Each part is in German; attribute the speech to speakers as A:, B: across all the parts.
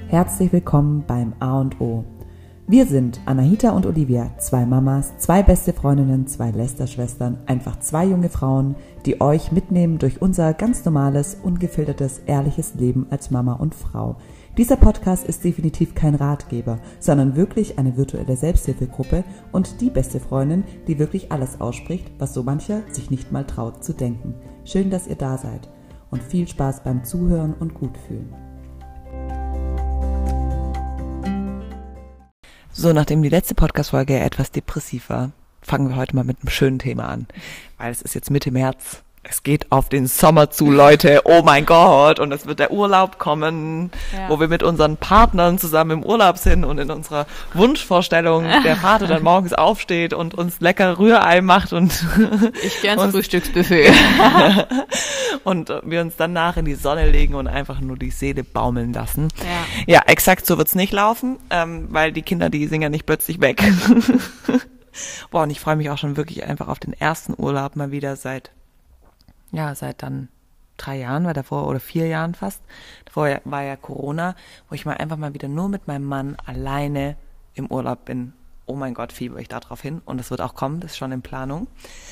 A: Herzlich willkommen beim A&O. Wir sind Anahita und Olivia, 2 Mamas, 2 beste Freundinnen, 2 Lästerschwestern, einfach 2 junge Frauen, die euch mitnehmen durch unser ganz normales, ungefiltertes, ehrliches Leben als Mama und Frau. Dieser Podcast ist definitiv kein Ratgeber, sondern wirklich eine virtuelle Selbsthilfegruppe und die beste Freundin, die wirklich alles ausspricht, was so mancher sich nicht mal traut zu denken. Schön, dass ihr da seid und viel Spaß beim Zuhören und Gutfühlen.
B: So, nachdem die letzte Podcast-Folge etwas depressiv war, fangen wir heute mal mit einem schönen Thema an. Weil es ist jetzt Mitte März. Es geht auf den Sommer zu, Leute. Oh mein Gott. Und es wird der Urlaub kommen, wo wir mit unseren Partnern zusammen im Urlaub sind und in unserer Wunschvorstellung der Vater dann morgens aufsteht und uns lecker Rührei macht und
C: ich gehe ins Frühstücksbuffet.
B: Und wir uns danach in die Sonne legen und einfach nur die Seele baumeln lassen. Ja, exakt so wird's nicht laufen, weil die Kinder, die sind ja nicht plötzlich weg. Boah, und ich freue mich auch schon wirklich einfach auf den ersten Urlaub mal wieder seit dann 3 Jahren, war davor, oder 4 Jahren fast. Davor war ja Corona, wo ich mal einfach mal wieder nur mit meinem Mann alleine im Urlaub bin. Oh mein Gott, fieber ich da drauf hin. Und das wird auch kommen, das ist schon in Planung.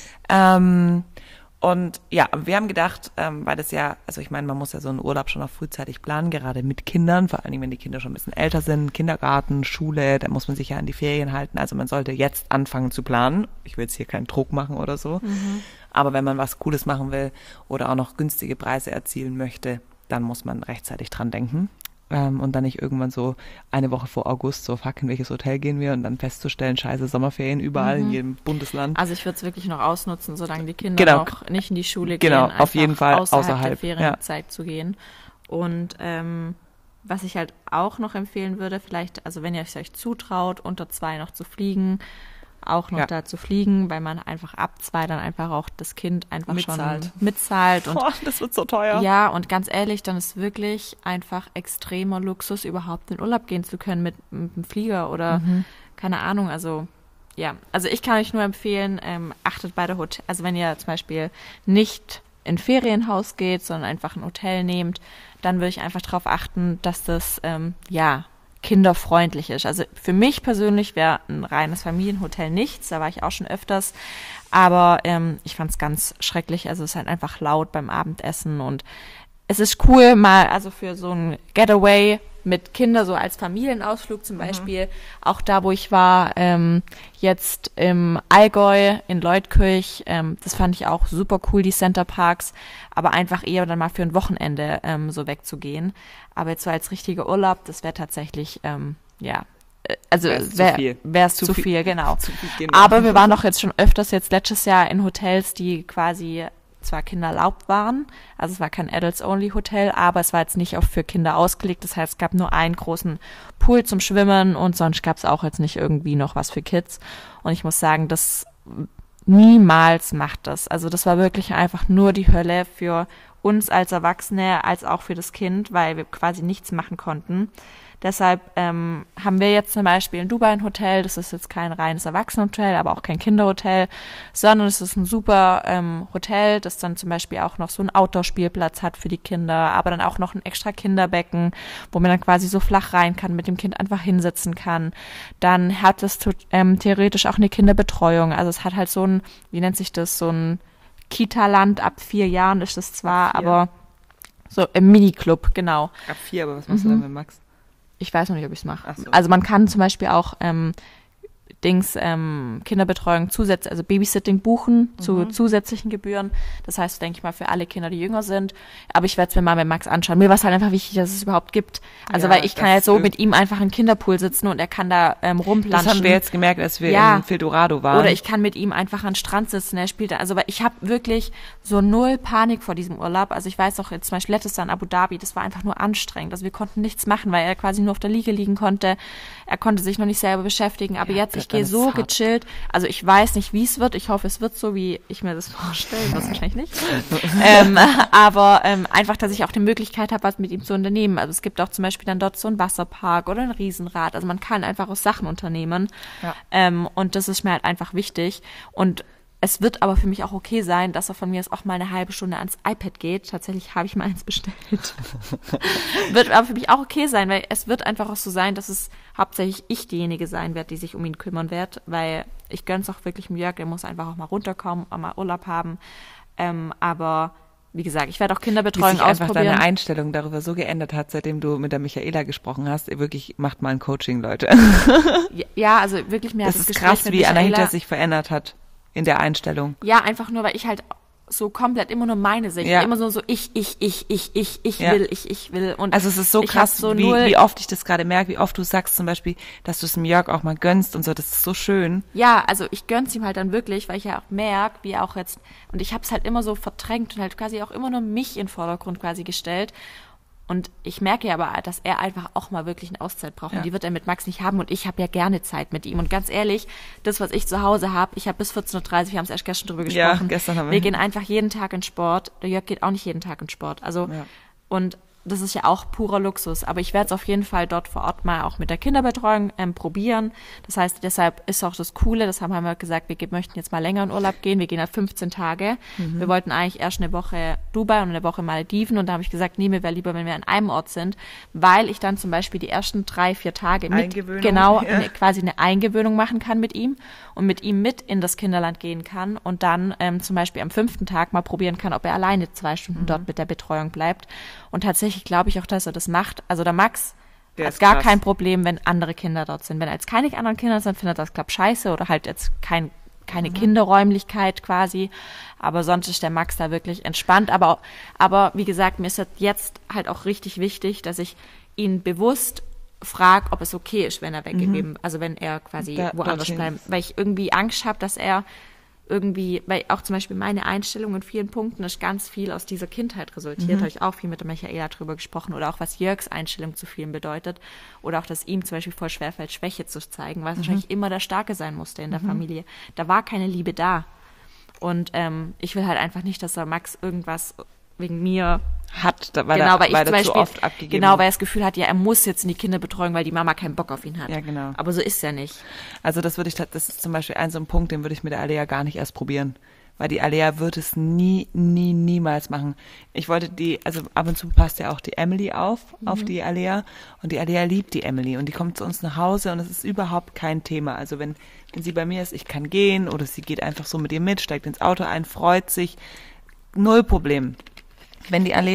B: Und ja, wir haben gedacht, weil das ja, also ich meine, man muss ja so einen Urlaub schon auch frühzeitig planen, gerade mit Kindern, vor allen Dingen, wenn die Kinder schon ein bisschen älter sind, Kindergarten, Schule, da muss man sich ja an die Ferien halten. Also man sollte jetzt anfangen zu planen. Ich will jetzt hier keinen Druck machen oder so. Aber wenn man was Cooles machen will oder auch noch günstige Preise erzielen möchte, dann muss man rechtzeitig dran denken. Und dann nicht irgendwann so eine Woche vor August so, fuck, in welches Hotel gehen wir? Und dann festzustellen, scheiße, Sommerferien überall in jedem Bundesland.
C: Also ich würde es wirklich noch ausnutzen, solange die Kinder noch nicht in die Schule gehen.
B: Genau, auf jeden Fall
C: außerhalb der Ferienzeit zu gehen. Und was ich halt auch noch empfehlen würde, vielleicht, also wenn ihr es euch zutraut, unter 2 noch zu fliegen, auch noch da zu fliegen, weil man einfach ab 2 dann einfach auch das Kind einfach schon mitzahlt. Und
B: das wird so teuer.
C: Ja, und ganz ehrlich, dann ist wirklich einfach extremer Luxus, überhaupt in Urlaub gehen zu können mit dem Flieger oder keine Ahnung, also ja. Also ich kann euch nur empfehlen, achtet bei der Hotel, also wenn ihr zum Beispiel nicht in ein Ferienhaus geht, sondern einfach ein Hotel nehmt, dann würde ich einfach darauf achten, dass das, kinderfreundlich ist. Also für mich persönlich wäre ein reines Familienhotel nichts, da war ich auch schon öfters, aber ich fand es ganz schrecklich, also es ist halt einfach laut beim Abendessen und es ist cool mal, also für so ein Getaway mit Kindern, so als Familienausflug zum Beispiel, auch da, wo ich war, jetzt im Allgäu, in Leutkirch, das fand ich auch super cool, die Centerparks, aber einfach eher dann mal für ein Wochenende so wegzugehen. Aber jetzt so als richtiger Urlaub, das wäre tatsächlich, also wäre es zu viel, genau. Zu viel aber wir waren doch jetzt schon öfters jetzt letztes Jahr in Hotels, die quasi zwar kindererlaubt waren, also es war kein Adults-Only-Hotel, aber es war jetzt nicht auch für Kinder ausgelegt, das heißt, es gab nur einen großen Pool zum Schwimmen und sonst gab es auch jetzt nicht irgendwie noch was für Kids. Und ich muss sagen, das niemals macht das. Also das war wirklich einfach nur die Hölle für uns als Erwachsene, als auch für das Kind, weil wir quasi nichts machen konnten. Deshalb haben wir jetzt zum Beispiel in Dubai ein Hotel, das ist jetzt kein reines Erwachsenenhotel, aber auch kein Kinderhotel, sondern es ist ein super Hotel, das dann zum Beispiel auch noch so einen Outdoor-Spielplatz hat für die Kinder, aber dann auch noch ein extra Kinderbecken, wo man dann quasi so flach rein kann, mit dem Kind einfach hinsitzen kann. Dann hat es theoretisch auch eine Kinderbetreuung, also es hat halt so ein, wie nennt sich das, so ein Kita-Land, ab 4 Jahren ist das zwar, aber so im Miniclub, genau.
B: Ab 4, aber was machst du dann mit Max?
C: Ich weiß noch nicht, ob ich es mache.
B: So.
C: Also man kann zum Beispiel auch Kinderbetreuung zusätzlich, also Babysitting buchen zu zusätzlichen Gebühren. Das heißt, denke ich mal, für alle Kinder, die jünger sind. Aber ich werde es mir mal mit Max anschauen. Mir war es halt einfach wichtig, dass es überhaupt gibt. Also weil ich kann jetzt so mit ihm einfach im Kinderpool sitzen und er kann da rumplanschen.
B: Das haben wir jetzt gemerkt, als wir in Fildorado waren.
C: Oder ich kann mit ihm einfach an den Strand sitzen, er spielt da. Also weil ich habe wirklich so 0 Panik vor diesem Urlaub. Also ich weiß auch jetzt zum Beispiel letztes Jahr in Abu Dhabi, das war einfach nur anstrengend. Also wir konnten nichts machen, weil er quasi nur auf der Liege liegen konnte. Er konnte sich noch nicht selber beschäftigen. Aber jetzt, ich gehe so gechillt. Also ich weiß nicht, wie es wird. Ich hoffe, es wird so, wie ich mir das vorstelle. Das wahrscheinlich nicht. Aber einfach, dass ich auch die Möglichkeit habe, was mit ihm zu unternehmen. Also es gibt auch zum Beispiel dann dort so einen Wasserpark oder ein Riesenrad. Also man kann einfach auch Sachen unternehmen. Ja. Und das ist mir halt einfach wichtig. Und es wird aber für mich auch okay sein, dass er von mir jetzt auch mal eine halbe Stunde ans iPad geht. Tatsächlich habe ich mal eins bestellt. Wird aber für mich auch okay sein, weil es wird einfach auch so sein, dass es hauptsächlich ich diejenige sein werde, die sich um ihn kümmern wird, weil ich gönn's auch wirklich Jörg, der muss einfach auch mal runterkommen, auch mal Urlaub haben. Aber wie gesagt, ich werde auch Kinderbetreuung ausprobieren. Wie sich einfach
B: deine Einstellung darüber so geändert hat, seitdem du mit der Michaela gesprochen hast. Wirklich, macht mal ein Coaching, Leute.
C: Ja, also wirklich mehr.
B: Das ist krass, wie Anahita sich verändert hat in der Einstellung.
C: Ja, einfach nur, weil ich halt so komplett immer nur meine Sicht. Ja. Immer so ich will. Und
B: also es ist so krass, so wie oft ich das gerade merke, wie oft du sagst zum Beispiel, dass du es dem Jörg auch mal gönnst und so, das ist so schön.
C: Ja, also ich gönn's ihm halt dann wirklich, weil ich ja auch merke, wie er auch jetzt, und ich habe es halt immer so verdrängt und halt quasi auch immer nur mich in den Vordergrund quasi gestellt. Und ich merke ja aber, dass er einfach auch mal wirklich eine Auszeit braucht. Ja. Und die wird er mit Max nicht haben. Und ich habe ja gerne Zeit mit ihm. Und ganz ehrlich, das, was ich zu Hause habe, ich habe bis 14.30 Uhr, wir haben es erst gestern drüber gesprochen. Ja, gestern haben wir gehen einfach jeden Tag in Sport. Der Jörg geht auch nicht jeden Tag in Sport. Also, und das ist ja auch purer Luxus. Aber ich werde es auf jeden Fall dort vor Ort mal auch mit der Kinderbetreuung probieren. Das heißt, deshalb ist auch das Coole, das haben wir gesagt, wir möchten jetzt mal länger in Urlaub gehen. Wir gehen ja 15 Tage. Mhm. Wir wollten eigentlich erst eine Woche Dubai und eine Woche Malediven. Und da habe ich gesagt, nee, mir wäre lieber, wenn wir an einem Ort sind, weil ich dann zum Beispiel die ersten 3-4 Tage quasi eine Eingewöhnung machen kann mit ihm und mit ihm mit in das Kinderland gehen kann und dann zum Beispiel am 5. Tag mal probieren kann, ob er alleine 2 Stunden dort mit der Betreuung bleibt. Und tatsächlich glaube ich auch, dass er das macht. Also der Max hat gar kein Problem, wenn andere Kinder dort sind. Wenn er jetzt keine anderen Kinder sind, findet er das, glaube ich, scheiße oder halt jetzt keine Kinderräumlichkeit quasi. Aber sonst ist der Max da wirklich entspannt. Aber wie gesagt, mir ist das jetzt halt auch richtig wichtig, dass ich ihn bewusst frage, ob es okay ist, wenn er weggegeben, also wenn er quasi woanders bleibt. Weil ich irgendwie Angst habe, dass er irgendwie, weil auch zum Beispiel meine Einstellung in vielen Punkten ist ganz viel aus dieser Kindheit resultiert. Habe ich auch viel mit der Michaela drüber gesprochen oder auch was Jörgs Einstellung zu vielen bedeutet oder auch, dass ihm zum Beispiel voll schwerfällt, Schwäche zu zeigen, weil es wahrscheinlich immer der Starke sein musste in der Familie. Da war keine Liebe da. Und ich will halt einfach nicht, dass der Max irgendwas wegen mir
B: hat, weil er zu oft abgegeben
C: Genau, weil er das Gefühl hat, ja, er muss jetzt in die Kinderbetreuung, weil die Mama keinen Bock auf ihn hat.
B: Ja, genau.
C: Aber so ist es ja nicht.
B: Also das ist zum Beispiel so ein Punkt, den würde ich mit der Alea gar nicht erst probieren. Weil die Alea wird es niemals machen. Ich wollte also ab und zu passt ja auch die Emily auf die Alea. Und die Alea liebt die Emily. Und die kommt zu uns nach Hause und es ist überhaupt kein Thema. Also wenn sie bei mir ist, ich kann gehen oder sie geht einfach so mit ihr mit, steigt ins Auto ein, freut sich. 0 Problem. Wenn die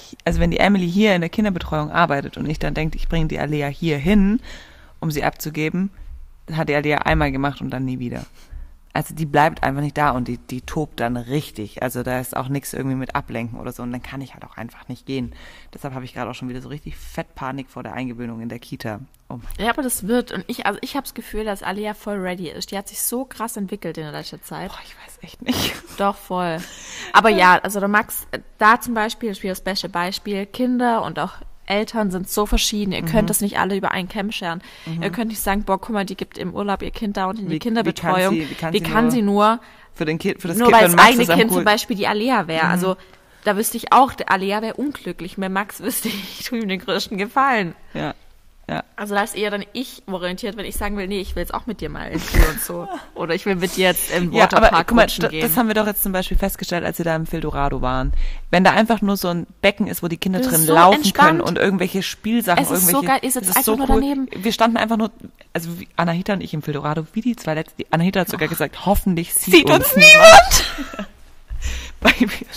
B: Emily hier in der Kinderbetreuung arbeitet und ich dann denke, ich bringe die Alea hier hin, um sie abzugeben, hat die Alea einmal gemacht und dann nie wieder. Also die bleibt einfach nicht da und die tobt dann richtig. Also da ist auch nichts irgendwie mit Ablenken oder so und dann kann ich halt auch einfach nicht gehen. Deshalb habe ich gerade auch schon wieder so richtig Fettpanik vor der Eingewöhnung in der Kita. Oh
C: ja, aber das wird, und ich habe das Gefühl, dass Alea voll ready ist. Die hat sich so krass entwickelt in der letzten Zeit.
B: Boah, ich weiß echt nicht.
C: Doch, voll. Aber ja, also der Max, da zum Beispiel, das ist das beste Beispiel, Kinder und auch Eltern sind so verschieden. Ihr könnt das nicht alle über einen Kamm scheren. Ihr könnt nicht sagen, boah, guck mal, die gibt im Urlaub ihr Kind dauernd in die Kinderbetreuung. Wie kann sie nur
B: für das Kind,
C: nur weil das eigene Kind zum Beispiel die Alea wäre. Also da wüsste ich auch, der Alea wäre unglücklich. Mit Max wüsste ich tue ihm den größten Gefallen.
B: Ja. Ja.
C: Also da ist eher dann ich orientiert, wenn ich sagen will, nee, ich will jetzt auch mit dir mal in Kiel und so. Oder ich will mit dir jetzt im Waterpark gehen.
B: Das haben wir doch jetzt zum Beispiel festgestellt, als wir da im Fildorado waren. Wenn da einfach nur so ein Becken ist, wo die Kinder drin laufen können und irgendwelche Spielsachen,
C: es ist so geil, ihr sitzt einfach nur daneben.
B: Wir standen einfach nur, also Anahita und ich im Fildorado, wie die 2 letzten, Anahita hat sogar gesagt, hoffentlich sieht uns niemand. Weil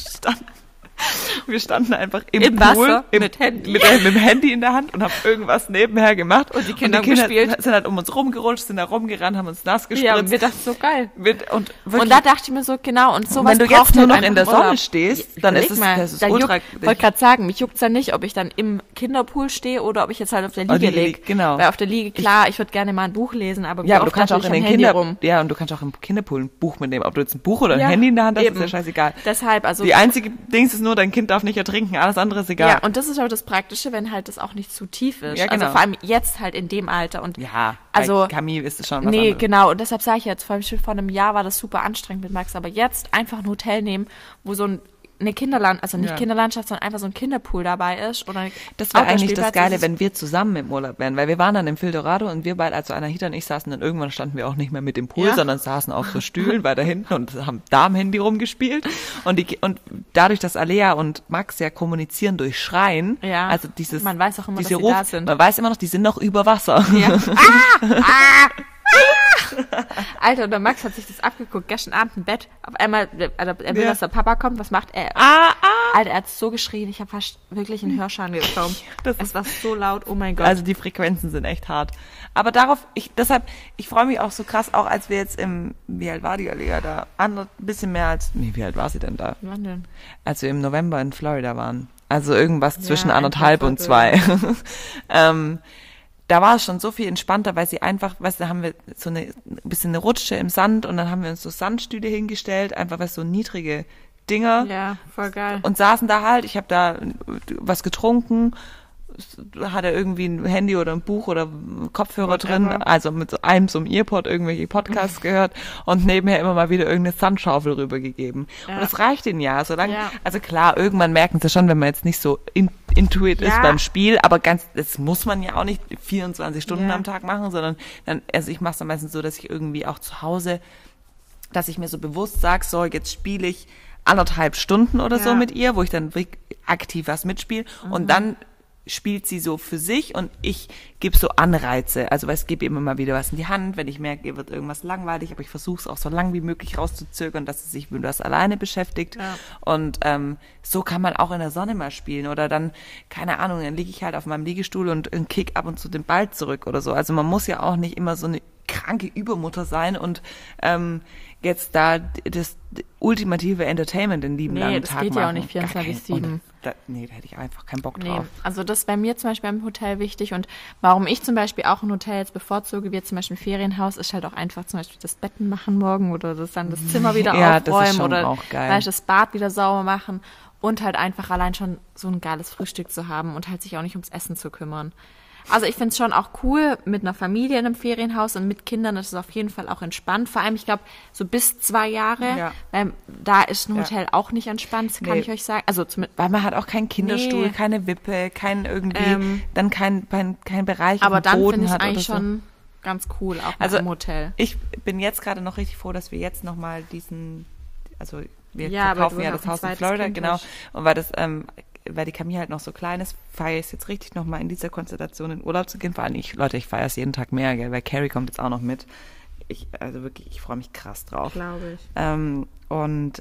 B: wir standen einfach im Pool
C: Wasser, mit
B: dem Handy in der Hand und haben irgendwas nebenher gemacht.
C: Und die Kinder haben gespielt.
B: Sind halt um uns rumgerutscht, sind da rumgerannt, haben uns nass gespritzt.
C: Ja, und wir dachten, so geil.
B: Und
C: da dachte ich mir so, genau, und sowas
B: wenn du jetzt nur noch in der Sonne stehst, dann ist es ultra...
C: Ich wollte gerade sagen, mich juckt's ja nicht, ob ich dann im Kinderpool stehe oder ob ich jetzt halt auf der Liege liege.
B: Genau.
C: Weil auf der Liege, klar, ich würde gerne mal ein Buch lesen, aber
B: ja, du kannst auch in den und du kannst auch im Kinderpool ein Buch mitnehmen. Ob du jetzt ein Buch oder ein Handy in der Hand hast, ist ja scheißegal.
C: Deshalb, also...
B: Die einzige Dings ist nur, dein Kind darf nicht ertrinken, alles andere ist egal.
C: Ja, und das ist aber das Praktische, wenn halt das auch nicht zu tief ist. Ja, genau. Also vor allem jetzt halt in dem Alter. Und
B: ja,
C: also,
B: bei Camille ist es schon was anderes.
C: Genau. Und deshalb sage ich jetzt, vor allem vor einem Jahr war das super anstrengend mit Max, aber jetzt einfach ein Hotel nehmen, wo so ein eine Kinderlandschaft, sondern einfach so ein Kinderpool dabei ist. Oder
B: das wäre eigentlich das Geile, wenn wir zusammen im Urlaub wären, weil wir waren dann im Fildorado und wir beide, also Anahita und ich saßen dann irgendwann, standen wir auch nicht mehr mit dem Pool, sondern saßen auf so Stühlen weiter hinten und haben da am Handy rumgespielt. Und dadurch, dass Alea und Max ja kommunizieren durch Schreien, also dieses,
C: man weiß auch immer, dass sie
B: da sind. Man weiß immer noch, die sind noch über Wasser.
C: Ja. Alter, und der Max hat sich das abgeguckt, gestern Abend im Bett. Auf einmal, er will, dass der Papa kommt. Was macht er? Alter, er hat so geschrien, ich habe fast wirklich einen Hörschaden bekommen. Es war so laut, oh mein Gott.
B: Also die Frequenzen sind echt hart. Aber ich freue mich auch so krass, auch als wir jetzt wie alt war die Alea da? Ein bisschen mehr als, wie alt war sie denn da?
C: Wann denn?
B: Als wir im November in Florida waren. Also irgendwas zwischen 1,5 und 2. Da war es schon so viel entspannter, weil sie einfach, weißt du, da haben wir so ein bisschen eine Rutsche im Sand und dann haben wir uns so Sandstühle hingestellt, einfach so niedrige Dinger.
C: Ja, voll geil.
B: Und saßen da halt, ich habe da was getrunken, hatte irgendwie ein Handy oder ein Buch oder Kopfhörer drin, also mit so einem Earpod irgendwelche Podcasts gehört und nebenher immer mal wieder irgendeine Sandschaufel rübergegeben. Ja. Und das reicht ihnen ja, solange, also klar, irgendwann merken sie schon, wenn man jetzt nicht so intuit ist beim Spiel, aber das muss man ja auch nicht 24 Stunden am Tag machen, sondern dann, also ich mache es dann meistens so, dass ich irgendwie auch zu Hause, dass ich mir so bewusst sage, so, jetzt spiele ich 1,5 Stunden oder so mit ihr, wo ich dann aktiv was mitspiele und dann spielt sie so für sich und ich gebe so Anreize. Also ich gebe immer mal wieder was in die Hand, wenn ich merke, ihr wird irgendwas langweilig, aber ich versuche es auch so lang wie möglich rauszuzögern, dass sie sich mit was alleine beschäftigt. Ja. Und so kann man auch in der Sonne mal spielen. Oder dann, keine Ahnung, dann liege ich halt auf meinem Liegestuhl und kick ab und zu den Ball zurück oder so. Also man muss ja auch nicht immer so eine kranke Übermutter sein und jetzt da das ultimative Entertainment den lieben langen Tag machen.
C: Nee, das geht ja auch nicht 24/7.
B: Da hätte ich einfach keinen Bock drauf.
C: Also das ist bei mir zum Beispiel im Hotel wichtig und warum ich zum Beispiel auch ein Hotel jetzt bevorzuge, wie jetzt zum Beispiel ein Ferienhaus, ist halt auch einfach zum Beispiel das Betten machen morgen oder das Zimmer wieder aufräumen
B: das ist schon
C: oder
B: auch geil.
C: Das Bad wieder sauber machen und halt einfach allein schon so ein geiles Frühstück zu haben und halt sich auch nicht ums Essen zu kümmern. Also ich finde es schon auch cool mit einer Familie in einem Ferienhaus und mit Kindern, das ist auf jeden Fall auch entspannt. Vor allem, ich glaube, so bis 2 Jahre, da ist ein Hotel auch nicht entspannt, kann ich euch sagen. Also
B: weil man hat auch keinen Kinderstuhl, keine Wippe, kein irgendwie, dann kein Bereich,
C: aber dann finde ich es eigentlich schon ganz cool, auch
B: also
C: im Hotel.
B: Ich bin jetzt gerade noch richtig froh, dass wir jetzt nochmal wir verkaufen ja das Haus in Florida, genau, und weil die Camille halt noch so klein ist, feiere ich es jetzt richtig nochmal in dieser Konstellation in Urlaub zu gehen. Vor allem ich feiere es jeden Tag mehr, gell, weil Carrie kommt jetzt auch noch mit. Ich freue mich krass drauf.
C: Glaube ich.
B: Und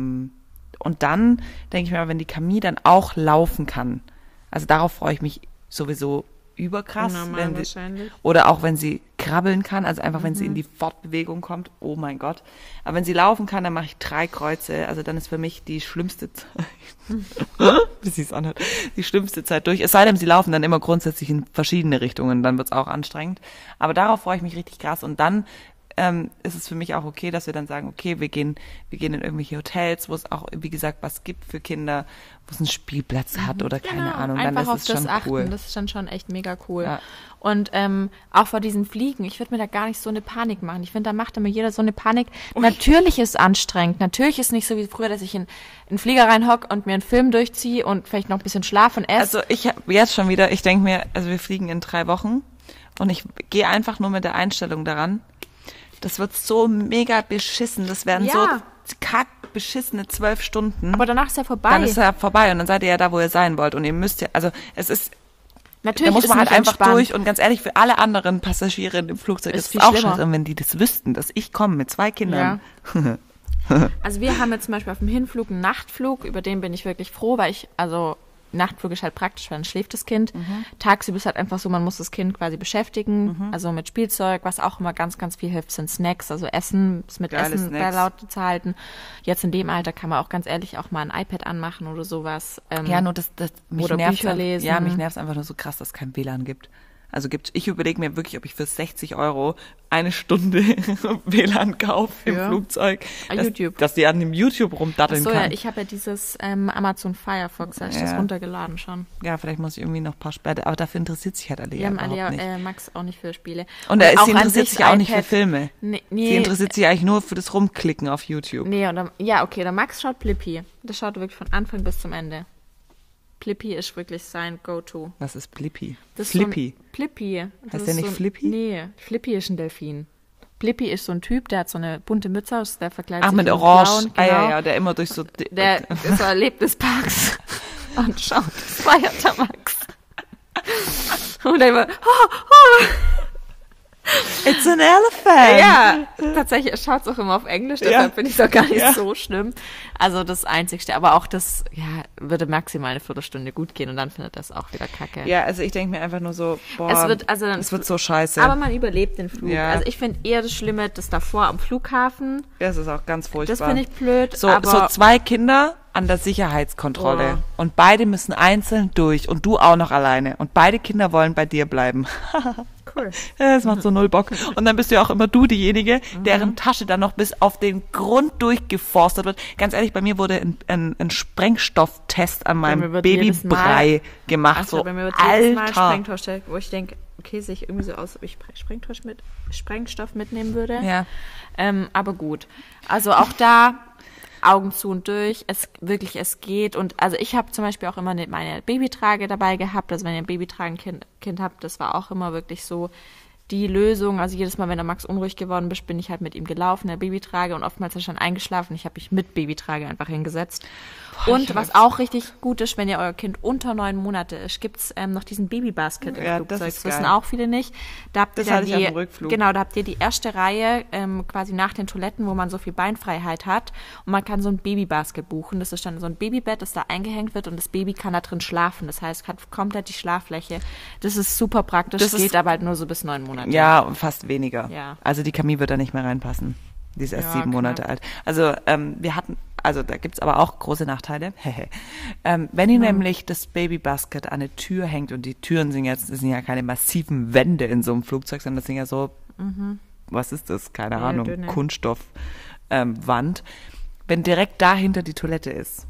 B: dann denke ich mir, wenn die Camille dann auch laufen kann, also darauf freue ich mich sowieso überkrass. Oder auch wenn sie krabbeln kann, also einfach wenn sie in die Fortbewegung kommt, oh mein Gott. Aber wenn sie laufen kann, dann mache ich 3 Kreuze, also dann ist für mich die schlimmste Zeit, wie sie es anhört, die schlimmste Zeit durch. Es sei denn, sie laufen dann immer grundsätzlich in verschiedene Richtungen, dann wird es auch anstrengend. Aber darauf freue ich mich richtig krass und dann ist es für mich auch okay, dass wir dann sagen, okay, wir gehen in irgendwelche Hotels, wo es auch, wie gesagt, was gibt für Kinder, wo es einen Spielplatz hat oder keine Ahnung. Dann
C: einfach
B: ist es schon
C: achten.
B: Cool.
C: Das ist dann schon echt mega cool. Ja. Und auch vor diesen Fliegen, ich würde mir da gar nicht so eine Panik machen. Ich finde, da macht immer jeder so eine Panik. Natürlich ist es anstrengend. Natürlich ist es nicht so wie früher, dass ich in einen Flieger reinhocke und mir einen Film durchziehe und vielleicht noch ein bisschen schlaf und esse.
B: Also ich habe jetzt schon wieder, ich denke mir, also wir fliegen in 3 Wochen und ich gehe einfach nur mit der Einstellung daran, das wird so mega beschissen. Das werden so kack beschissene 12 Stunden.
C: Aber danach ist ja vorbei.
B: Dann ist ja vorbei und dann seid ihr ja da, wo ihr sein wollt. Und ihr müsst ja, also es ist,
C: natürlich
B: da muss man halt einfach
C: entspannt.
B: durch. Und ganz ehrlich, für alle anderen Passagiere im Flugzeug ist es auch scheiße. Und wenn die das wüssten, dass ich komme mit 2 Kindern.
C: Ja. Also wir haben jetzt zum Beispiel auf dem Hinflug einen Nachtflug, über den bin ich wirklich froh, weil Nachtflug ist halt praktisch, weil dann schläft das Kind. Tagsüber ist halt einfach so, man muss das Kind quasi beschäftigen, also mit Spielzeug, was auch immer ganz, ganz viel hilft, sind Snacks, also Essen, mit
B: geile
C: Essen
B: Snacks.
C: bei laut zu halten. Jetzt in dem Alter kann man auch ganz ehrlich auch mal ein iPad anmachen oder sowas.
B: Ja, nur mich
C: oder
B: nervt
C: Bücher lesen.
B: Ja, mich nervt einfach nur so krass, dass es kein WLAN gibt. Ich überlege mir wirklich, ob ich für 60 € eine Stunde WLAN kaufe im Flugzeug, dass die an dem YouTube rumdatteln kann.
C: Ja, ich habe ja dieses Amazon Firefox, habe ich das runtergeladen schon.
B: Ja, vielleicht muss ich irgendwie noch ein paar Sperre, aber dafür interessiert sich halt Alia überhaupt nicht.
C: Max auch nicht für Spiele.
B: Und sie interessiert sich auch nicht für Filme. Nee. Sie interessiert sich eigentlich nur für das Rumklicken auf YouTube.
C: Nee, der Max schaut Blippi. Das schaut wirklich von Anfang bis zum Ende. Blippi ist wirklich sein Go-To.
B: Was ist Blippi?
C: Flippy. Blippi.
B: Heißt der nicht Flippy?
C: Nee, Flippy ist ein Delfin. Blippi ist so ein Typ, der hat so eine bunte Mütze aus, der verkleidet sich
B: mit Orange. Genau. Ja, der immer durch so...
C: Der ist so Erlebnisparks und schaut, das feiert der Max. Und der immer...
B: It's an elephant.
C: Ja, tatsächlich, er schaut es auch immer auf Englisch, deshalb finde ich es auch gar nicht so schlimm. Also das Einzigste, aber auch das, würde maximal eine Viertelstunde gut gehen und dann findet er es auch wieder kacke.
B: Ja, also ich denke mir einfach nur so, es wird so scheiße.
C: Aber man überlebt den Flug. Ja. Also ich finde eher das Schlimme, das davor am Flughafen.
B: Ja, das ist auch ganz furchtbar.
C: Das finde ich blöd.
B: So 2 Kinder an der Sicherheitskontrolle und beide müssen einzeln durch und du auch noch alleine und beide Kinder wollen bei dir bleiben.
C: Cool.
B: Das macht so null Bock. Und dann bist du ja auch immer du diejenige, deren Tasche dann noch bis auf den Grund durchgeforstet wird. Ganz ehrlich, bei mir wurde ein Sprengstofftest an meinem Babybrei gemacht.
C: Also, bei mir wird jedes Mal Sprengstoff, wo ich denke, okay, sehe ich irgendwie so aus, ob ich Sprengstoff mitnehmen würde.
B: Ja.
C: Aber gut. Also auch da Augen zu und durch, es geht. Und also ich habe zum Beispiel auch immer meine Babytrage dabei gehabt. Also wenn ihr ein Babytragenkind habt, das war auch immer wirklich so die Lösung. Also jedes Mal, wenn der Max unruhig geworden ist, bin ich halt mit ihm gelaufen, der Babytrage, und oftmals ist er schon eingeschlafen. Ich habe mich mit Babytrage einfach hingesetzt. Und was auch richtig gut ist, wenn ihr euer Kind unter 9 Monate ist, gibt's noch diesen Babybasket im Flugzeug. Das wissen auch viele nicht. Da habt ihr
B: das hatte ich auf dem Rückflug.
C: Genau, da habt ihr die erste Reihe quasi nach den Toiletten, wo man so viel Beinfreiheit hat. Und man kann so ein Babybasket buchen. Das ist dann so ein Babybett, das da eingehängt wird und das Baby kann da drin schlafen. Das heißt, hat komplett die Schlaffläche. Das ist super praktisch. Das geht aber halt nur so bis 9 Monate.
B: Ja, und fast weniger.
C: Ja.
B: Also die Camille wird da nicht mehr reinpassen. Die ist erst 7 Monate alt. Also da gibt's aber auch große Nachteile. Wenn ihr nämlich das Babybasket an eine Tür hängt, und die Türen sind ja keine massiven Wände in so einem Flugzeug, sondern das sind ja so, was ist das? Keine Ahnung, dünne Kunststoffwand. Wenn direkt dahinter die Toilette ist.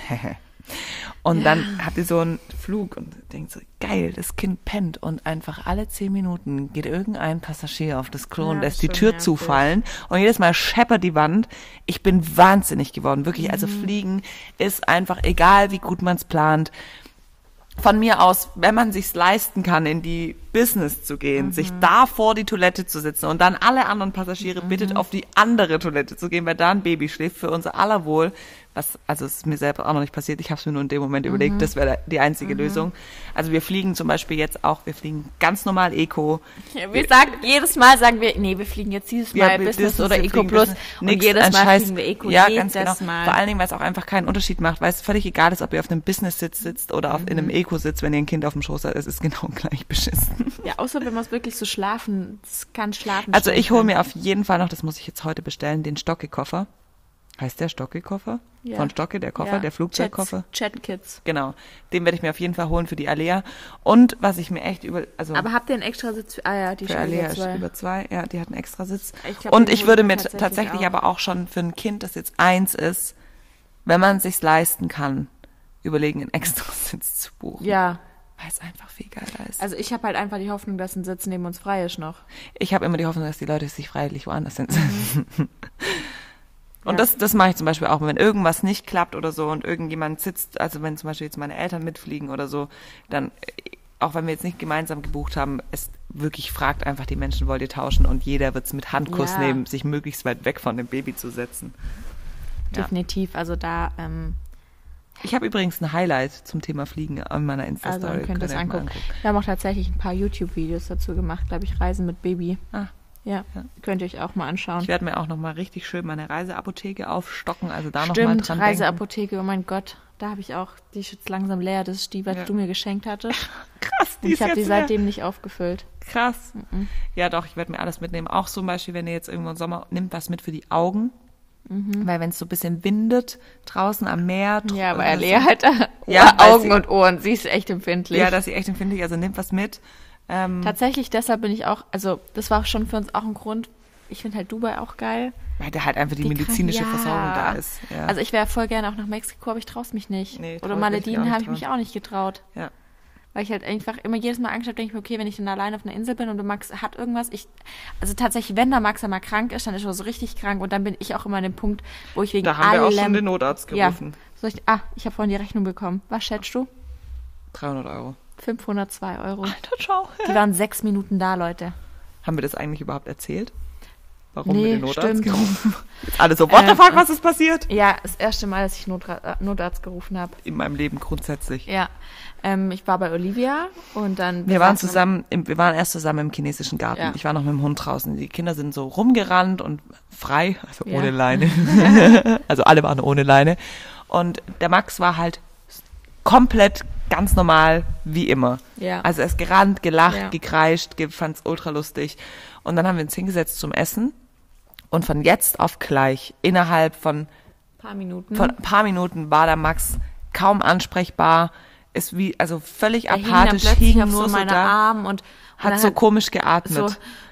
B: Und dann habt ihr so einen Flug und denkt so, geil, das Kind pennt, und einfach alle 10 Minuten geht irgendein Passagier auf das Klo und lässt die Tür zufallen und jedes Mal scheppert die Wand. Ich bin wahnsinnig geworden, wirklich. Also Fliegen ist einfach, egal wie gut man es plant, von mir aus, wenn man sich's leisten kann, in die Business zu gehen, sich da vor die Toilette zu sitzen und dann alle anderen Passagiere bittet, auf die andere Toilette zu gehen, weil da ein Baby schläft, für unser aller Wohl. Es ist mir selber auch noch nicht passiert, ich habe es mir nur in dem Moment überlegt, das wäre die einzige Lösung. Also wir fliegen zum Beispiel jetzt auch, wir fliegen ganz normal Eco.
C: Ja, jedes Mal sagen wir, nee, wir fliegen jetzt dieses Mal Business oder Eco Plus, und jedes Mal fliegen wir Eco,
B: ganz genau. Mal. Vor allen Dingen, weil es auch einfach keinen Unterschied macht, weil es völlig egal ist, ob ihr auf einem Business-Sitz sitzt oder in einem Eco-Sitz, wenn ihr ein Kind auf dem Schoß habt, es ist genau gleich beschissen.
C: Ja, außer wenn man es wirklich so schlafen kann.
B: Also ich hole mir auf jeden Fall noch, das muss ich jetzt heute bestellen, den Stocke-Koffer. Heißt der Stocke-Koffer? Ja. Von Stocke, der Koffer, der Flugzeugkoffer?
C: Chat-Kids.
B: Genau. Den werde ich mir auf jeden Fall holen für die Alea. Und was ich mir echt
C: Aber habt ihr einen extra Sitz? Die
B: für Alea ist über 2. Ja, die hat einen extra Sitz. Und ich würde mir tatsächlich aber auch schon für ein Kind, das jetzt 1 ist, wenn man es sich leisten kann, überlegen, einen extra Sitz zu buchen.
C: Ja.
B: Weil es einfach viel geiler ist.
C: Also ich habe halt einfach die Hoffnung, dass ein Sitz neben uns frei ist noch.
B: Ich habe immer die Hoffnung, dass die Leute sich freiwillig woanders hinsetzen. Und das mache ich zum Beispiel auch, wenn irgendwas nicht klappt oder so und irgendjemand sitzt, also wenn zum Beispiel jetzt meine Eltern mitfliegen oder so, dann, auch wenn wir jetzt nicht gemeinsam gebucht haben, es wirklich fragt einfach die Menschen, wollt ihr tauschen, und jeder wird es mit Handkuss nehmen, sich möglichst weit weg von dem Baby zu setzen.
C: Definitiv, also da...
B: Ich habe übrigens ein Highlight zum Thema Fliegen an meiner Insta-Story.
C: Also ihr könnt das angucken. Wir haben auch tatsächlich ein paar YouTube-Videos dazu gemacht, glaube ich, Reisen mit Baby. Ja, könnt ihr euch auch mal anschauen.
B: Ich werde mir auch nochmal richtig schön meine Reiseapotheke aufstocken, also da nochmal dran
C: Reiseapotheke, oh mein Gott, da habe ich auch, die ist jetzt langsam leer, das ist die, was du mir geschenkt hattest.
B: Krass,
C: die ist ich habe die seitdem nicht aufgefüllt.
B: Krass. Ja doch, ich werde mir alles mitnehmen. Auch zum Beispiel, wenn ihr jetzt irgendwo im Sommer, nehmt was mit für die Augen. Weil wenn es so ein bisschen windet, draußen am Meer.
C: Ja, aber Lea hat Augen und Ohren, sie ist echt empfindlich.
B: Ja, das ist echt empfindlich, also nehmt was mit.
C: Tatsächlich, deshalb bin ich auch, also das war schon für uns auch ein Grund, ich finde halt Dubai auch geil.
B: Weil da halt einfach die medizinische Versorgung da ist. Ja.
C: Also ich wäre voll gerne auch nach Mexiko, aber ich traue es mich nicht. Nee, oder Malediven habe ich mich auch nicht getraut.
B: Ja.
C: Weil ich halt einfach immer jedes Mal Angst habe, denke ich mir, okay, wenn ich dann allein auf einer Insel bin und der Max hat irgendwas, also tatsächlich, wenn der Max einmal krank ist, dann ist er so richtig krank und dann bin ich auch immer an dem Punkt, wo ich wegen allem...
B: Da haben wir auch schon den Notarzt gerufen.
C: Ja. Ich habe vorhin die Rechnung bekommen. Was schätzt du?
B: 300 €.
C: 502 €.
B: Alter, schau.
C: Die waren 6 Minuten da, Leute.
B: Haben wir das eigentlich überhaupt erzählt? Warum wir den Notarzt
C: stimmt.
B: gerufen? Alle so, what the fuck, was ist passiert?
C: Ja, das erste Mal, dass ich Notarzt gerufen habe.
B: In meinem Leben grundsätzlich.
C: Ja. Ich war bei Olivia und dann...
B: Wir waren erst zusammen im chinesischen Garten.
C: Ja.
B: Ich war noch mit dem Hund draußen. Die Kinder sind so rumgerannt und frei, also ohne Leine. Also alle waren ohne Leine. Und der Max war halt komplett ganz normal, wie immer.
C: Ja.
B: Also er ist gerannt, gelacht, gekreischt, fand's ultra lustig. Und dann haben wir uns hingesetzt zum Essen. Und von jetzt auf gleich, innerhalb von ein paar Minuten war der Max kaum ansprechbar, ist also völlig apathisch,
C: hing
B: nur
C: so
B: so da,
C: Arm und
B: hat so komisch geatmet.
C: So,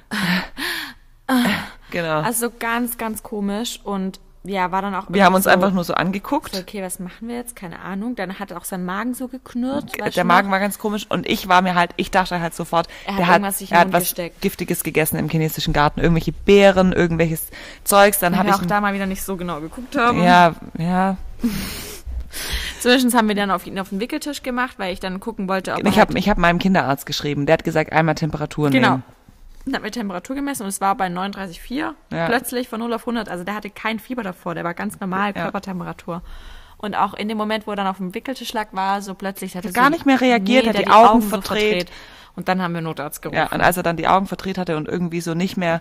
B: genau.
C: Also ganz, ganz komisch und ja, war dann auch...
B: Wir haben uns einfach nur so angeguckt.
C: So, okay, was machen wir jetzt? Keine Ahnung. Dann hat auch sein Magen so geknurrt.
B: Der Magen war ganz komisch und ich dachte halt sofort, er hat was Giftiges gegessen im chinesischen Garten. Irgendwelche Beeren, irgendwelches Zeugs. Dann habe ich
C: auch da mal wieder nicht so genau geguckt haben.
B: Ja.
C: Zwischendurch haben wir dann auf ihn auf den Wickeltisch gemacht, weil ich dann gucken wollte, ob
B: ich habe meinem Kinderarzt geschrieben. Der hat gesagt, einmal Temperatur nehmen.
C: Genau. Dann hat mir Temperatur gemessen und es war bei 39,4 plötzlich von 0 auf 100. Also der hatte kein Fieber davor, der war ganz normal, Körpertemperatur. Und auch in dem Moment, wo er dann auf dem Wickeltisch lag, war so plötzlich...
B: Hat gar nicht mehr reagiert, hat die Augen verdreht.
C: Und dann haben wir Notarzt gerufen.
B: Ja, und als er dann die Augen verdreht hatte und irgendwie so nicht mehr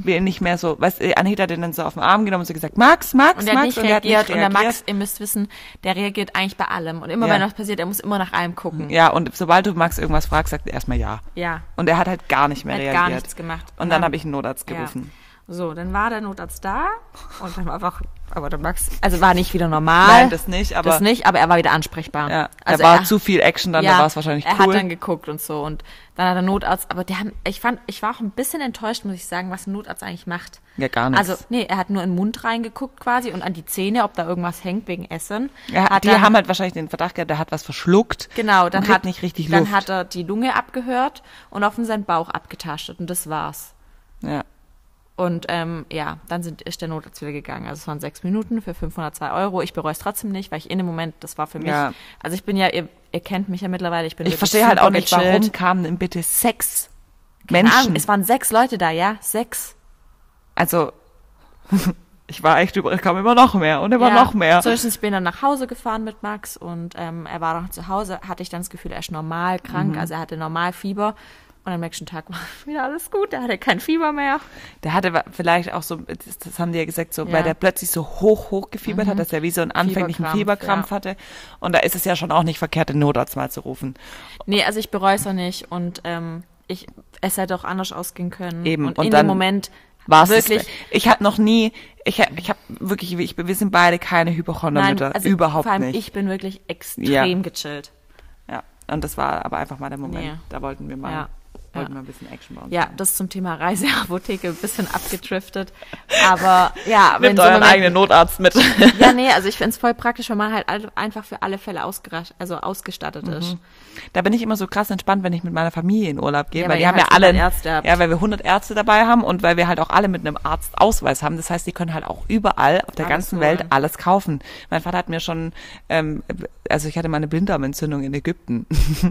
B: so, weißt du, Anita hat den dann so auf den Arm genommen und so gesagt, Max. Und
C: der hat nicht reagiert. Und der Max, ihr müsst wissen, der reagiert eigentlich bei allem. Und immer wenn was passiert, er muss immer nach allem gucken.
B: Ja, und sobald du Max irgendwas fragst, sagt er erstmal ja.
C: Ja.
B: Und er hat halt gar nicht mehr reagiert.
C: Gar nichts gemacht.
B: Und dann habe ich einen Notarzt gerufen.
C: Ja. So, dann war der Notarzt da und dann war einfach, aber der Max, also war nicht wieder normal.
B: Nein, das nicht, aber
C: er war wieder ansprechbar.
B: Ja, also da war zu viel Action dann, da war es wahrscheinlich cool.
C: Er hat dann geguckt und so und dann hat der Notarzt, aber ich war auch ein bisschen enttäuscht, muss ich sagen, was ein Notarzt eigentlich macht.
B: Ja, gar nichts.
C: Also, er hat nur in den Mund reingeguckt quasi und an die Zähne, ob da irgendwas hängt wegen Essen.
B: Die haben halt wahrscheinlich den Verdacht gehabt, der hat was verschluckt.
C: Genau, dann
B: hat nicht richtig Luft.
C: Dann hat er die Lunge abgehört und auf seinen Bauch abgetastet und das war's.
B: Ja.
C: Und dann ist der Notarzt wieder gegangen. Also es waren 6 Minuten für 502 €. Ich bereue es trotzdem nicht, weil ich in dem Moment, das war für mich, also ich bin ja, ihr kennt mich ja mittlerweile, ich
B: verstehe halt auch nicht, warum kamen denn bitte 6 Menschen?
C: Ahnung, es waren 6 Leute da, 6.
B: Also, ich war echt kam immer noch mehr und immer noch mehr.
C: Ich bin dann nach Hause gefahren mit Max und er war noch zu Hause, hatte ich dann das Gefühl, er ist normal krank, also er hatte normal Fieber. Und am nächsten Tag war wieder alles gut, der hatte kein Fieber mehr.
B: Der hatte vielleicht auch so, das haben die ja gesagt, so, weil der plötzlich so hoch gefiebert hat, dass er wie so einen anfänglichen Fieberkrampf hatte. Und da ist es ja schon auch nicht verkehrt, den Notarzt mal zu rufen.
C: Nee, also ich bereue es auch nicht und es hätte auch anders ausgehen können.
B: Eben.
C: Und in dem Moment
B: war es wirklich. Ich habe noch nie, ich habe wirklich, wir sind beide keine Hypochonder-Mütter,
C: also
B: überhaupt
C: vor allem
B: nicht.
C: Ich bin wirklich extrem gechillt.
B: Ja, und das war aber einfach mal der Moment, da wollten wir mal.
C: Ja.
B: Wollten wir ein bisschen Action bauen.
C: Ja, das zum Thema Reiseapotheke, ein bisschen abgedriftet. Aber ja,
B: wenn euren eigenen Notarzt mit.
C: Ja, nee, also ich finde es voll praktisch, wenn man halt einfach für alle Fälle ausgestattet ist.
B: Da bin ich immer so krass entspannt, wenn ich mit meiner Familie in Urlaub gehe, weil die haben
C: halt
B: ja alle,
C: Ärzte
B: weil wir 100 Ärzte dabei haben und weil wir halt auch alle mit einem Arztausweis haben. Das heißt, die können halt auch überall auf der ganzen Welt alles kaufen. Mein Vater hat mir schon, also ich hatte mal eine Blinddarmentzündung in Ägypten.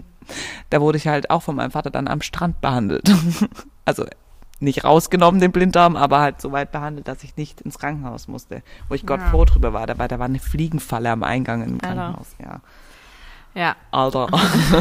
B: Da wurde ich halt auch von meinem Vater dann am Strand behandelt. Also nicht rausgenommen, den Blinddarm, aber halt so weit behandelt, dass ich nicht ins Krankenhaus musste. Wo ich Gott froh drüber war. Da war eine Fliegenfalle am Eingang im Krankenhaus.
C: Ja.
B: Alter.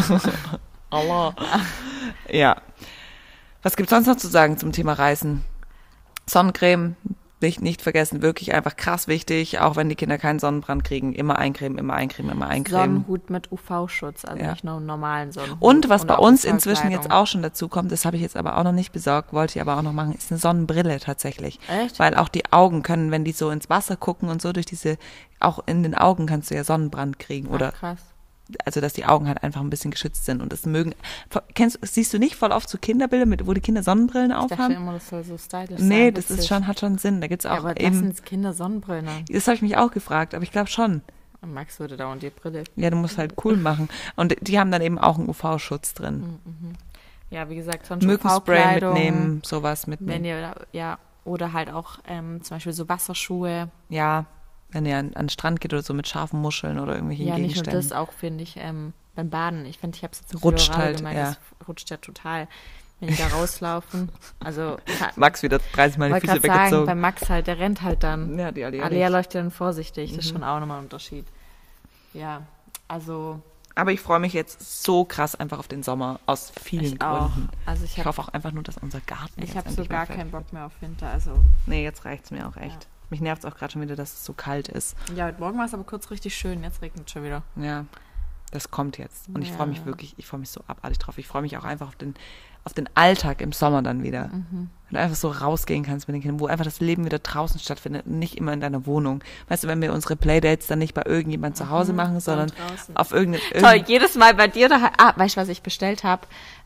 B: Allah. Ja. Was gibt's sonst noch zu sagen zum Thema Reisen? Sonnencreme. Nicht vergessen, wirklich einfach krass wichtig, auch wenn die Kinder keinen Sonnenbrand kriegen, immer eincremen.
C: Sonnenhut mit UV-Schutz, also nicht nur einen normalen Sonnenhut.
B: Und was bei uns inzwischen jetzt auch schon dazu kommt, das habe ich jetzt aber auch noch nicht besorgt, wollte ich aber auch noch machen, ist eine Sonnenbrille tatsächlich.
C: Echt?
B: Weil auch die Augen können, wenn die so ins Wasser gucken und so auch in den Augen kannst du ja Sonnenbrand kriegen. Oder
C: krass.
B: also dass die Augen halt einfach ein bisschen geschützt sind und es mögen. Siehst du nicht voll oft so Kinderbilder, wo die Kinder Sonnenbrillen aufhaben? Ich dachte
C: immer, das soll so stylisch sein.
B: Nee, das ist hat schon Sinn. Da gibt's auch
C: aber
B: eben.
C: Lassen Kinder Sonnenbrillen an?
B: Das habe ich mich auch gefragt, aber ich glaube schon.
C: Und Max würde dauernd die Brille.
B: Ja, du musst halt cool machen. Und die haben dann eben auch einen UV-Schutz drin.
C: Ja, wie gesagt, sonst
B: Mückenspray mitnehmen, sowas mitnehmen.
C: Wenn ihr, ja, oder halt auch zum Beispiel so Wasserschuhe.
B: Ja, wenn ihr an den Strand geht oder so mit scharfen Muscheln oder irgendwelchen Gegenständen.
C: Ja, nicht nur das auch, finde ich, beim Baden. Ich finde, ich habe es jetzt
B: rutscht halt,
C: gemeint,
B: ja.
C: Das rutscht ja total, wenn die da rauslaufen. Also
B: Max wieder 30 Mal die Füße weggezogen.
C: Sagen, bei Max halt, der rennt halt dann.
B: Ja, die
C: Alia läuft ja dann vorsichtig. Das ist schon auch nochmal ein Unterschied. Ja, also...
B: Aber ich freue mich jetzt so krass einfach auf den Sommer, aus vielen Gründen.
C: Also ich
B: hoffe auch einfach nur, dass unser Garten
C: Ich habe so gar keinen Bock mehr auf Winter. Also
B: nee, jetzt reicht's mir auch echt. Ja. Mich nervt es auch gerade schon wieder, dass es so kalt ist.
C: Ja, heute Morgen war es aber kurz richtig schön, jetzt regnet es schon wieder.
B: Ja, das kommt jetzt. Und ich freue mich wirklich, ich freue mich so abartig drauf. Ich freue mich auch einfach auf den Alltag im Sommer dann wieder. Wenn du einfach so rausgehen kannst mit den Kindern, wo einfach das Leben wieder draußen stattfindet und nicht immer in deiner Wohnung. Weißt du, wenn wir unsere Playdates dann nicht bei irgendjemand zu Hause machen, sondern auf irgendein...
C: Toll, jedes Mal bei dir daheim... weißt du, was ich bestellt habe?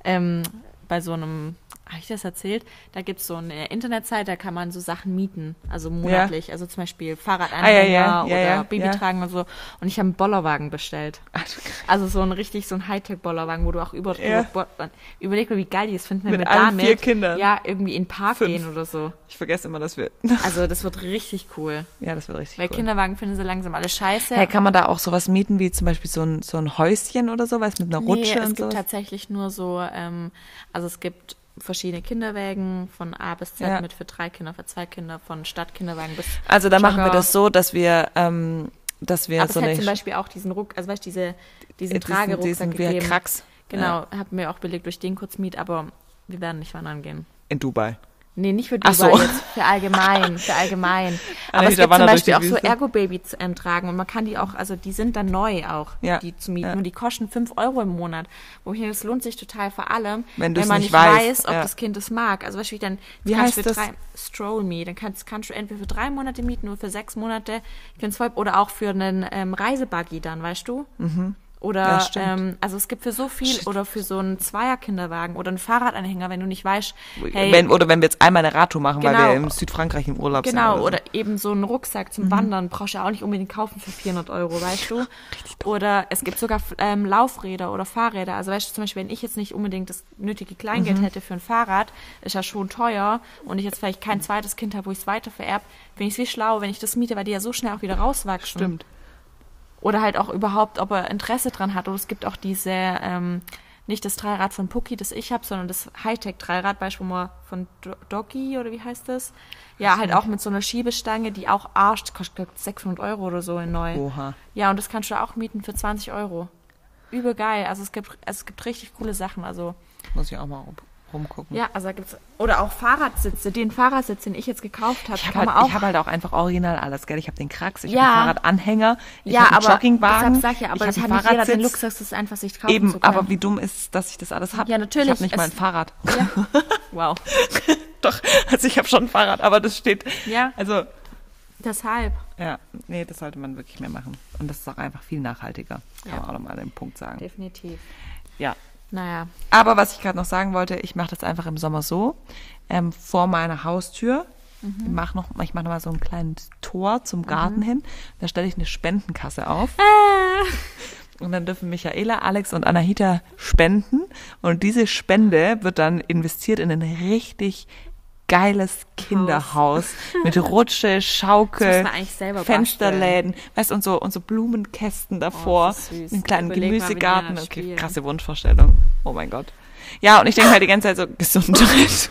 C: Bei so einem... Habe ich das erzählt? Da gibt es so eine Internetseite, da kann man so Sachen mieten, also monatlich. Ja. Also zum Beispiel Fahrradanhänger oder Babytragen und so. Und ich habe einen Bollerwagen bestellt. Also so ein Hightech-Bollerwagen, wo du auch überleg mal, wie geil die es finden, wenn
B: mit
C: wir damit
B: 4 Kindern.
C: Ja, irgendwie in den Park gehen oder so.
B: Ich vergesse immer, dass wir...
C: Also das wird richtig cool.
B: Ja, das wird richtig
C: cool. Weil Kinderwagen finden sie langsam alle scheiße.
B: Hey, kann man da auch sowas mieten, wie zum Beispiel so ein Häuschen oder so, weißt du, mit einer Rutsche und so?
C: Es gibt tatsächlich nur so, also es gibt verschiedene Kinderwägen von A bis Z mit für 3 Kinder, für 2 Kinder, von Stadtkinderwagen bis
B: Also da machen wir das so, dass wir aber
C: so es hat zum Beispiel auch diesen diesen Tragerucksack gegeben.
B: Krax.
C: Genau, haben wir auch belegt durch den Kurzmiet, aber wir werden nicht wandern gehen.
B: In Dubai.
C: Nee, nicht für Dubai jetzt, für allgemein. Aber es gibt zum Beispiel auch so Ergo-Baby-Tragen und man kann die auch, also die sind dann neu auch, die zu mieten und die kosten 5 € im Monat. Das lohnt sich total vor allem, wenn man nicht weiß, ob das Kind es mag. Also weißt du,
B: wie heißt das?
C: Stroll Me, dann kannst du entweder für 3 Monate mieten oder für 6 Monate, oder auch für einen Reisebuggy dann, weißt du? Oder, also es gibt für so viel, oder für so einen Zweierkinderwagen oder einen Fahrradanhänger, wenn du nicht weißt, hey.
B: Wenn wir jetzt einmal eine Radtour machen, weil wir in Südfrankreich im Urlaub sind.
C: Genau, oder eben so einen Rucksack zum Wandern, brauchst du ja auch nicht unbedingt kaufen für 400 €, weißt du? Oder es gibt sogar Laufräder oder Fahrräder. Also weißt du, zum Beispiel, wenn ich jetzt nicht unbedingt das nötige Kleingeld hätte für ein Fahrrad, ist ja schon teuer und ich jetzt vielleicht kein zweites Kind habe, wo ich es weiter vererbe, finde ich es wie schlau, wenn ich das miete, weil die ja so schnell auch wieder rauswachsen.
B: Stimmt.
C: Oder halt auch überhaupt, ob er Interesse dran hat. Oder es gibt auch diese, nicht das Dreirad von Pucki, das ich habe, sondern das Hightech-Dreirad, beispielsweise von Doggy, oder wie heißt das? Ja, halt auch mit so einer Schiebestange, die auch kostet 600 € oder so in neu.
B: Oha.
C: Ja, und das kannst du auch mieten für 20 €. Übel geil. Also es gibt richtig coole Sachen. Also
B: muss ich auch mal rumgucken.
C: Ja, also da gibt's, oder auch Fahrradsitze, den Fahrersitz, den ich jetzt gekauft habe.
B: Ich habe halt auch einfach original alles, gell? Ich habe den Krax, ich habe den Fahrradanhänger, ich habe einen
C: Joggingwagen.
B: Deshalb
C: sag ich, aber das hat nicht jeder den Luxus, das einfach sich kaufen
B: eben,
C: zu können.
B: aber wie dumm ist es, dass ich das alles habe?
C: Ja, natürlich.
B: Ich habe nicht mal ein Fahrrad.
C: Ja. Wow.
B: Doch, also ich habe schon ein Fahrrad, aber das steht, also.
C: Deshalb.
B: Ja, nee, das sollte man wirklich mehr machen. Und das ist auch einfach viel nachhaltiger, kann man auch nochmal den Punkt sagen.
C: Definitiv.
B: Ja.
C: Naja.
B: Aber was ich gerade noch sagen wollte, ich mache das einfach im Sommer so, vor meiner Haustür. Ich mache noch mal so ein kleines Tor zum Garten hin. Da stelle ich eine Spendenkasse auf. Und dann dürfen Michaela, Alex und Anahita spenden. Und diese Spende wird dann investiert in ein richtig geiles Kinderhaus mit Rutsche, Schaukel, Fensterläden, weißt, und so Blumenkästen davor, einen kleinen Gemüsegarten. Okay, krasse Wunschvorstellung. Oh mein Gott. Ja, und ich denke halt die ganze Zeit so, Gesundheit.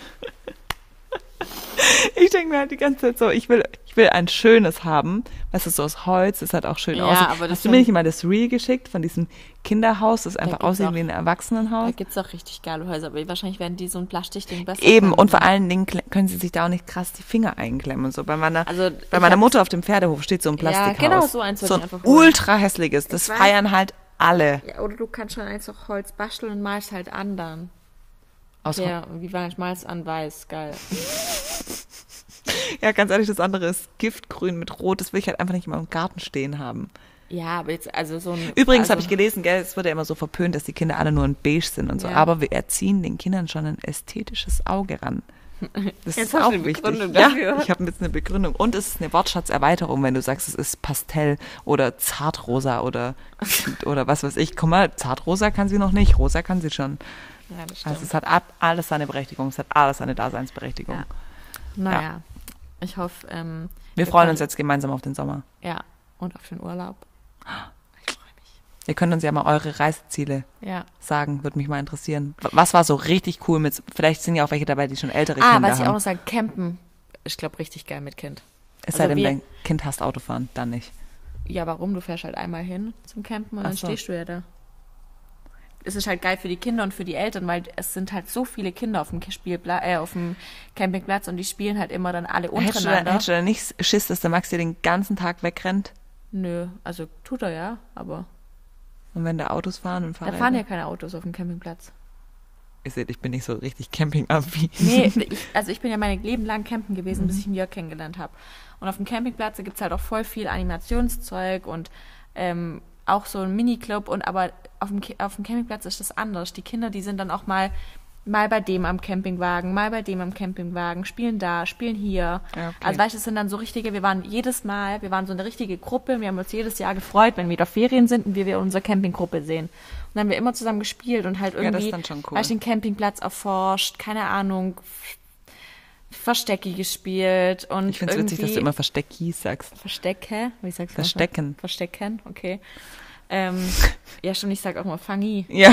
B: Ich denke mir halt die ganze Zeit so, ich will ein schönes haben, weißt du, so aus Holz, das hat auch schön aussieht. Hast du mir nicht mal das Reel geschickt von diesem Kinderhaus, das einfach aussieht wie ein Erwachsenenhaus?
C: Da gibt's auch richtig geile Häuser, aber wahrscheinlich werden die so ein Plastikding besser.
B: Eben, und vor allen Dingen können sie sich da auch nicht krass die Finger einklemmen und so. Bei meiner Mutter auf dem Pferdehof steht so ein Plastikhaus. Ja, genau, so eins. So ein ultra hässliches, das feiern halt alle.
C: Ja, oder du kannst schon eins aus Holz basteln und malst halt anderen. Ja, wie war ich malst an weiß, geil.
B: Ja, ganz ehrlich, das andere ist Giftgrün mit Rot. Das will ich halt einfach nicht in meinem Garten stehen haben.
C: Ja, aber jetzt, also so ein...
B: Übrigens habe ich gelesen, gell, es wird ja immer so verpönt, dass die Kinder alle nur in beige sind und so. Ja. Aber wir erziehen den Kindern schon ein ästhetisches Auge ran. Das
C: jetzt
B: ist auch wichtig.
C: Dafür.
B: Ja, ich habe jetzt eine Begründung. Und es ist eine Wortschatzerweiterung, wenn du sagst, es ist Pastell oder Zartrosa oder was weiß ich. Guck mal, Zartrosa kann sie noch nicht, rosa kann sie schon.
C: Ja, das stimmt.
B: Also es hat alles seine Berechtigung, es hat alles seine Daseinsberechtigung.
C: Ja. Naja, ich hoffe...
B: wir freuen uns jetzt gemeinsam auf den Sommer.
C: Ja, und auf den Urlaub. Ich freue mich.
B: Ihr könnt uns ja mal eure Reiseziele sagen, würde mich mal interessieren. Was war so richtig cool mit, vielleicht sind ja auch welche dabei, die schon ältere Kinder haben.
C: Was ich auch noch sagen, campen, ich glaube, richtig geil mit Kind.
B: Es sei denn, dein Kind hasst Autofahren, dann nicht.
C: Ja, warum? Du fährst halt einmal hin zum Campen und dann stehst du ja da. Es ist halt geil für die Kinder und für die Eltern, weil es sind halt so viele Kinder auf dem auf dem Campingplatz und die spielen halt immer dann alle untereinander.
B: Hättest du da nicht Schiss, dass der Max dir den ganzen Tag wegrennt?
C: Nö, also tut er ja, aber...
B: Und wenn da Autos fahren und Fahrräder?
C: Da fahren ja keine Autos auf dem Campingplatz.
B: Ihr seht, ich bin nicht so richtig campingaffin.
C: Nee, ich bin ja mein Leben lang campen gewesen, bis ich ihn Jörg kennengelernt habe. Und auf dem Campingplatz gibt es halt auch voll viel Animationszeug und auch so ein Miniclub. Aber auf dem Campingplatz ist das anders. Die Kinder, die sind dann auch mal bei dem am Campingwagen, mal bei dem am Campingwagen, spielen da, spielen hier. Ja, okay. Also weißt du, es sind dann so richtige, wir waren so eine richtige Gruppe, wir haben uns jedes Jahr gefreut, wenn wieder Ferien sind und wir unsere Campinggruppe sehen. Und dann haben wir immer zusammen gespielt und halt irgendwie,
B: das ist dann schon cool.
C: Den Campingplatz erforscht, keine Ahnung, Verstecki gespielt und
B: ich finde es witzig, dass du immer Verstecki sagst.
C: Verstecke? Wie sagst du?
B: Verstecken.
C: Verstecken, okay. Ja, stimmt, ich sag auch mal Fangi.
B: Ja.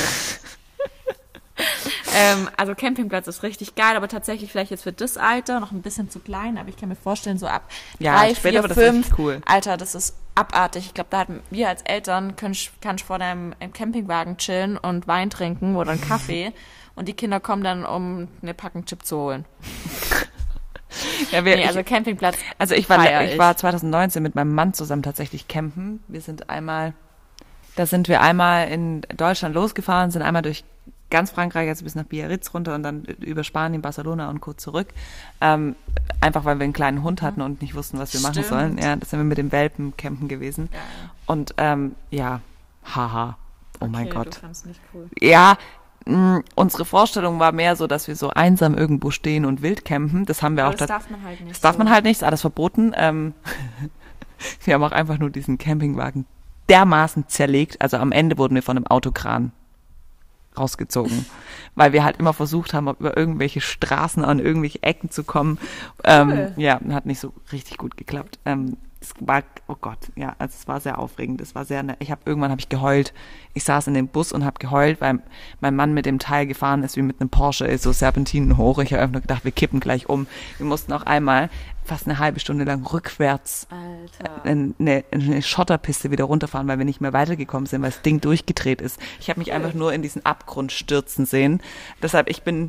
C: Also Campingplatz ist richtig geil, aber tatsächlich vielleicht jetzt für das Alter noch ein bisschen zu klein, aber ich kann mir vorstellen, so ab 3, 4, 5,
B: cool.
C: Alter, das ist abartig. Ich glaube, da hatten wir als Eltern, kannst vor deinem Campingwagen chillen und Wein trinken oder einen Kaffee und die Kinder kommen dann, um eine Packung Chip zu holen.
B: Ja,
C: also Campingplatz.
B: Also ich war 2019 mit meinem Mann zusammen tatsächlich campen. Da sind wir einmal in Deutschland losgefahren, sind einmal durch ganz Frankreich, also bis nach Biarritz runter und dann über Spanien, Barcelona und Co. zurück. Einfach weil wir einen kleinen Hund hatten und nicht wussten, was wir machen sollen. Ja, da sind wir mit dem Welpen campen gewesen. Ja. Und haha, oh mein Gott.
C: Du fandst nicht cool.
B: Ja, unsere Vorstellung war mehr so, dass wir so einsam irgendwo stehen und wild campen. Das haben wir
C: aber
B: auch.
C: Das darf man halt nicht.
B: Das darf man halt nicht, ist alles verboten. Wir haben auch einfach nur diesen Campingwagen dermaßen zerlegt. Also am Ende wurden wir von einem Autokran rausgezogen, weil wir halt immer versucht haben, über irgendwelche Straßen an irgendwelche Ecken zu kommen.
C: Cool.
B: Ja, hat nicht so richtig gut geklappt. Es war, oh Gott, ja, also es war sehr aufregend. Es war sehr, irgendwann habe ich geheult. Ich saß in dem Bus und habe geheult, weil mein Mann mit dem Teil gefahren ist wie mit einem Porsche, so Serpentinen hoch. Ich habe einfach nur gedacht, wir kippen gleich um. Wir mussten auch einmal fast eine halbe Stunde lang rückwärts eine Schotterpiste wieder runterfahren, weil wir nicht mehr weitergekommen sind, weil das Ding durchgedreht ist. Ich habe mich einfach nur in diesen Abgrund stürzen sehen. Deshalb,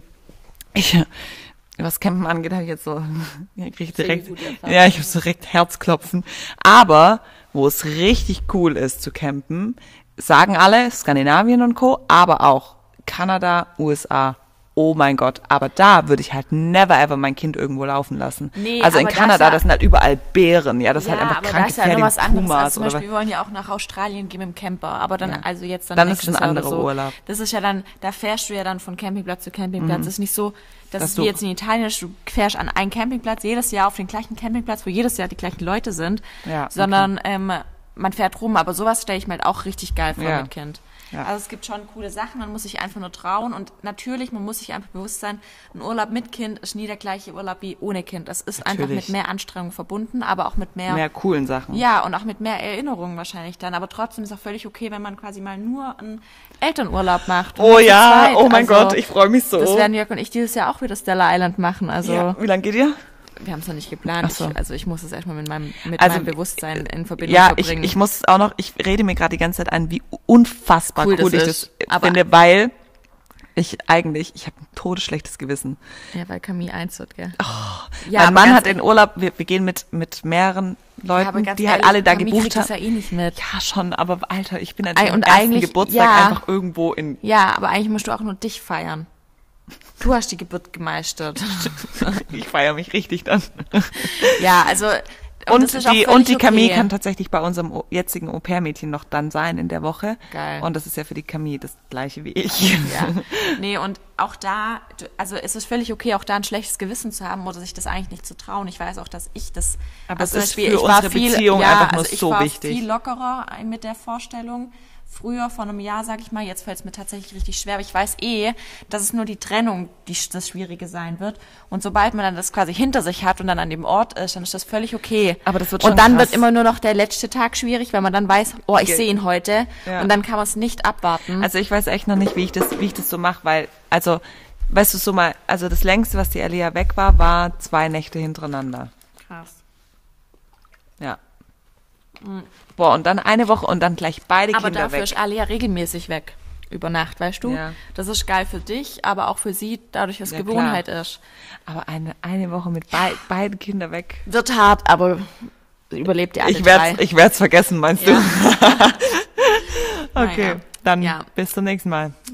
B: was Campen angeht, habe ich jetzt so, ich habe so direkt Herzklopfen. Aber, wo es richtig cool ist zu campen, sagen alle, Skandinavien und Co., aber auch Kanada, USA. Oh mein Gott, aber da würde ich halt never ever mein Kind irgendwo laufen lassen. Nee, also in Kanada, das sind halt überall Bären, ja, das ist halt einfach kranke Pferde,
C: ja was anderes.
B: Pumas
C: zum Beispiel, wir wollen ja auch nach Australien gehen mit dem Camper, aber dann, also jetzt
B: dann ist es ein anderer
C: so.
B: Urlaub.
C: Das ist ja dann, da fährst du ja dann von Campingplatz zu Campingplatz. Das ist nicht so, dass es wie jetzt in Italien ist, du fährst an einen Campingplatz, jedes Jahr auf den gleichen Campingplatz, wo jedes Jahr die gleichen Leute sind, sondern man fährt rum, aber sowas stelle ich mir halt auch richtig geil vor mit Kind. Ja. Also es gibt schon coole Sachen, man muss sich einfach nur trauen und natürlich, man muss sich einfach bewusst sein, ein Urlaub mit Kind ist nie der gleiche Urlaub wie ohne Kind. Das ist einfach mit mehr Anstrengung verbunden, aber auch mit mehr
B: coolen Sachen.
C: Ja, und auch mit mehr Erinnerungen wahrscheinlich dann, aber trotzdem ist auch völlig okay, wenn man quasi mal nur einen Elternurlaub macht.
B: Oh ja, oh mein Gott, ich freue mich so.
C: Das werden Jörg und ich dieses Jahr auch wieder Stella Island machen. Also
B: ja. Wie lange geht ihr?
C: Wir haben es noch nicht geplant.
B: So.
C: Ich muss es erstmal mit meinem Bewusstsein in Verbindung bringen.
B: Ich muss auch noch, ich rede mir gerade die ganze Zeit ein, wie unfassbar cool ich das finde, weil ich habe ein todesschlechtes Gewissen.
C: Ja, weil Camille 1 wird, gell?
B: Oh, mein Mann hat den Urlaub, wir gehen mit mehreren Leuten, die halt alle da gebucht haben.
C: Das ja eh nicht mit.
B: Ja, schon, aber Alter, ich bin an dem ersten Geburtstag einfach irgendwo in...
C: Ja, aber eigentlich musst du auch nur dich feiern. Du hast die Geburt gemeistert.
B: Ich feiere mich richtig dann.
C: Ja, also
B: Und die Camille kann tatsächlich bei unserem jetzigen Au-pair-Mädchen noch dann sein in der Woche.
C: Geil.
B: Und das ist ja für die Camille das Gleiche wie ich.
C: Ja. Nee, und auch da, also es ist völlig okay, auch da ein schlechtes Gewissen zu haben oder sich das eigentlich nicht zu trauen. Ich weiß auch, dass ich das...
B: Aber es ist für unsere Beziehung einfach nur so wichtig.
C: Ich war viel lockerer mit der Vorstellung. Früher, vor einem Jahr, sag ich mal, jetzt fällt es mir tatsächlich richtig schwer, aber ich weiß dass es nur die Trennung das Schwierige sein wird. Und sobald man dann das quasi hinter sich hat und dann an dem Ort ist, dann ist das völlig okay.
B: Aber das wird schon
C: Und dann
B: krass.
C: wird immer nur noch der letzte Tag schwierig, weil man dann weiß, oh, ich sehe ihn heute. Ja. Und dann kann man es nicht abwarten.
B: Also ich weiß echt noch nicht, wie ich das so mache, weil, also, weißt du, so mal, also das längste, was die Alia weg war 2 Nächte hintereinander.
C: Krass.
B: Ja. Boah, und dann eine Woche und dann gleich beide Kinder weg.
C: Aber dafür ist Alia regelmäßig weg über Nacht, weißt du? Ja. Das ist geil für dich, aber auch für sie, dadurch, dass Gewohnheit ist.
B: Aber eine Woche mit beiden Kindern weg.
C: Wird hart, aber überlebt ihr alle
B: Ich werde es vergessen, meinst du? Okay, dann bis zum nächsten Mal.